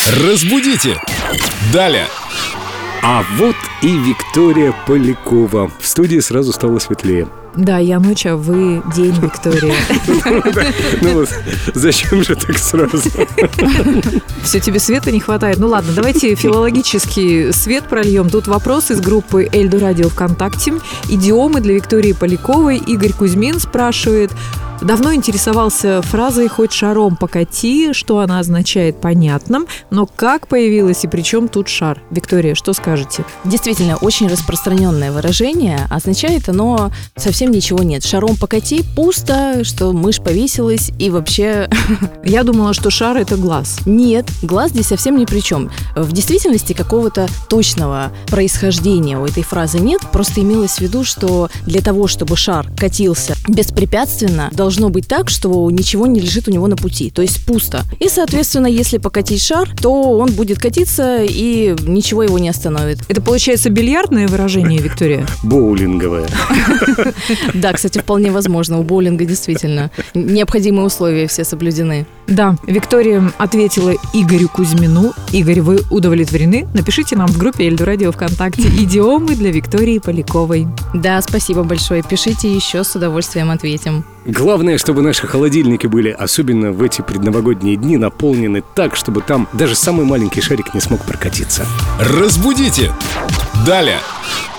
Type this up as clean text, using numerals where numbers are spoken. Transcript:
Разбудите! Далее! А вот и Виктория Полякова. В студии сразу стало светлее. Да, я ночь, а вы день, Виктория. Ну вот, зачем же так сразу? Все, тебе света не хватает. Ну ладно, давайте филологический свет прольем. Тут вопрос из группы Эльдо Радио ВКонтакте. Идиомы для Виктории Поляковой. Игорь Кузьмин спрашивает. Давно интересовался фразой «хоть шаром покати», что она означает, понятно, но как появилась и при чем тут шар? Виктория, что скажете? Действительно, очень распространенное выражение. Означает оно совсем ничего нет. Шаром покати, пусто, что мышь повесилась и вообще... Я думала, что шар – это глаз. Нет, глаз здесь совсем ни при чем. В действительности какого-то точного происхождения у этой фразы нет. Просто имелось в виду, что для того, чтобы шар катился беспрепятственно, должно быть так, что ничего не лежит у него на пути, то есть пусто. И, соответственно, если покатить шар, то он будет катиться и ничего его не остановит. Это получается бильярдное выражение, Виктория? Боулинговое. Да, кстати, вполне возможно. У боулинга действительно необходимые условия все соблюдены. Да, Виктория ответила Игорю Кузьмину. Игорь, вы удовлетворены? Напишите нам в группе Эльдо Радио ВКонтакте идиомы для Виктории Поляковой. Да, спасибо большое. Пишите еще, с удовольствием ответим. Главное, чтобы наши холодильники были, особенно в эти предновогодние дни, наполнены так, чтобы там даже самый маленький шарик не смог прокатиться. Разбудите! Далее!